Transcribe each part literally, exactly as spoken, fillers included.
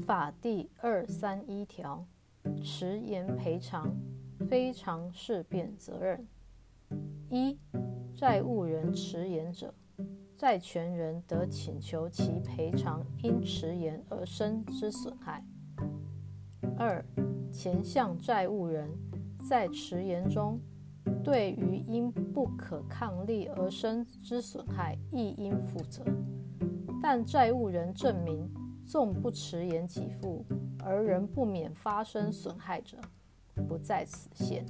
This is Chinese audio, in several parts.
法第二三一条，迟延赔偿非常事变责任。一、债务人迟延者，债权人得请求其赔偿因迟延而生之损害。二、前项债务人在迟延中，对于因不可抗力而生之损害亦应负责，但债务人证明纵不迟延给付而仍不免发生损害者，不在此限。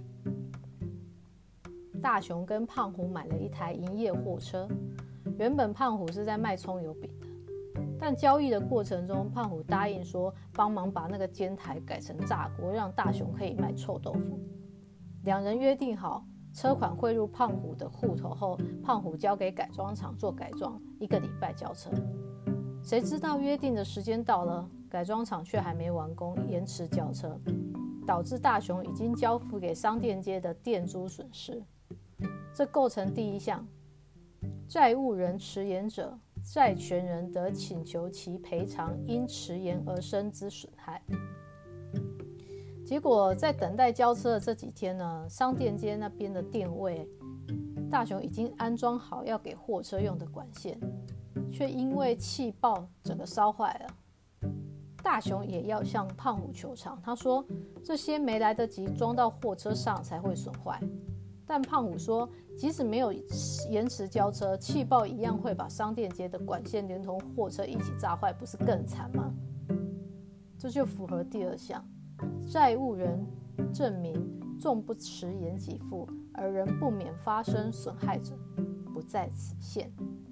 大雄跟胖虎买了一台营业货车，原本胖虎是在卖葱油饼的，但交易的过程中，胖虎答应说帮忙把那个煎台改成炸锅，让大雄可以卖臭豆腐。两人约定好，车款汇入胖虎的户头后，胖虎交给改装厂做改装，一个礼拜交车。谁知道约定的时间到了，改装厂却还没完工，延迟交车，导致大雄已经交付给商店街的店租损失。这构成第一项，债务人迟延者，债权人得请求其赔偿因迟延而生之损害。结果在等待交车的这几天呢，商店街那边的店位，大雄已经安装好要给货车用的管线，却因为气爆整个烧坏了。大雄也要向胖虎求偿，他说这些没来得及装到货车上才会损坏。但胖虎说，即使没有延迟交车，气爆一样会把商店街的管线连同货车一起炸坏，不是更惨吗？这就符合第二项，债务人证明纵不迟延给付而仍不免发生损害者，不在此限。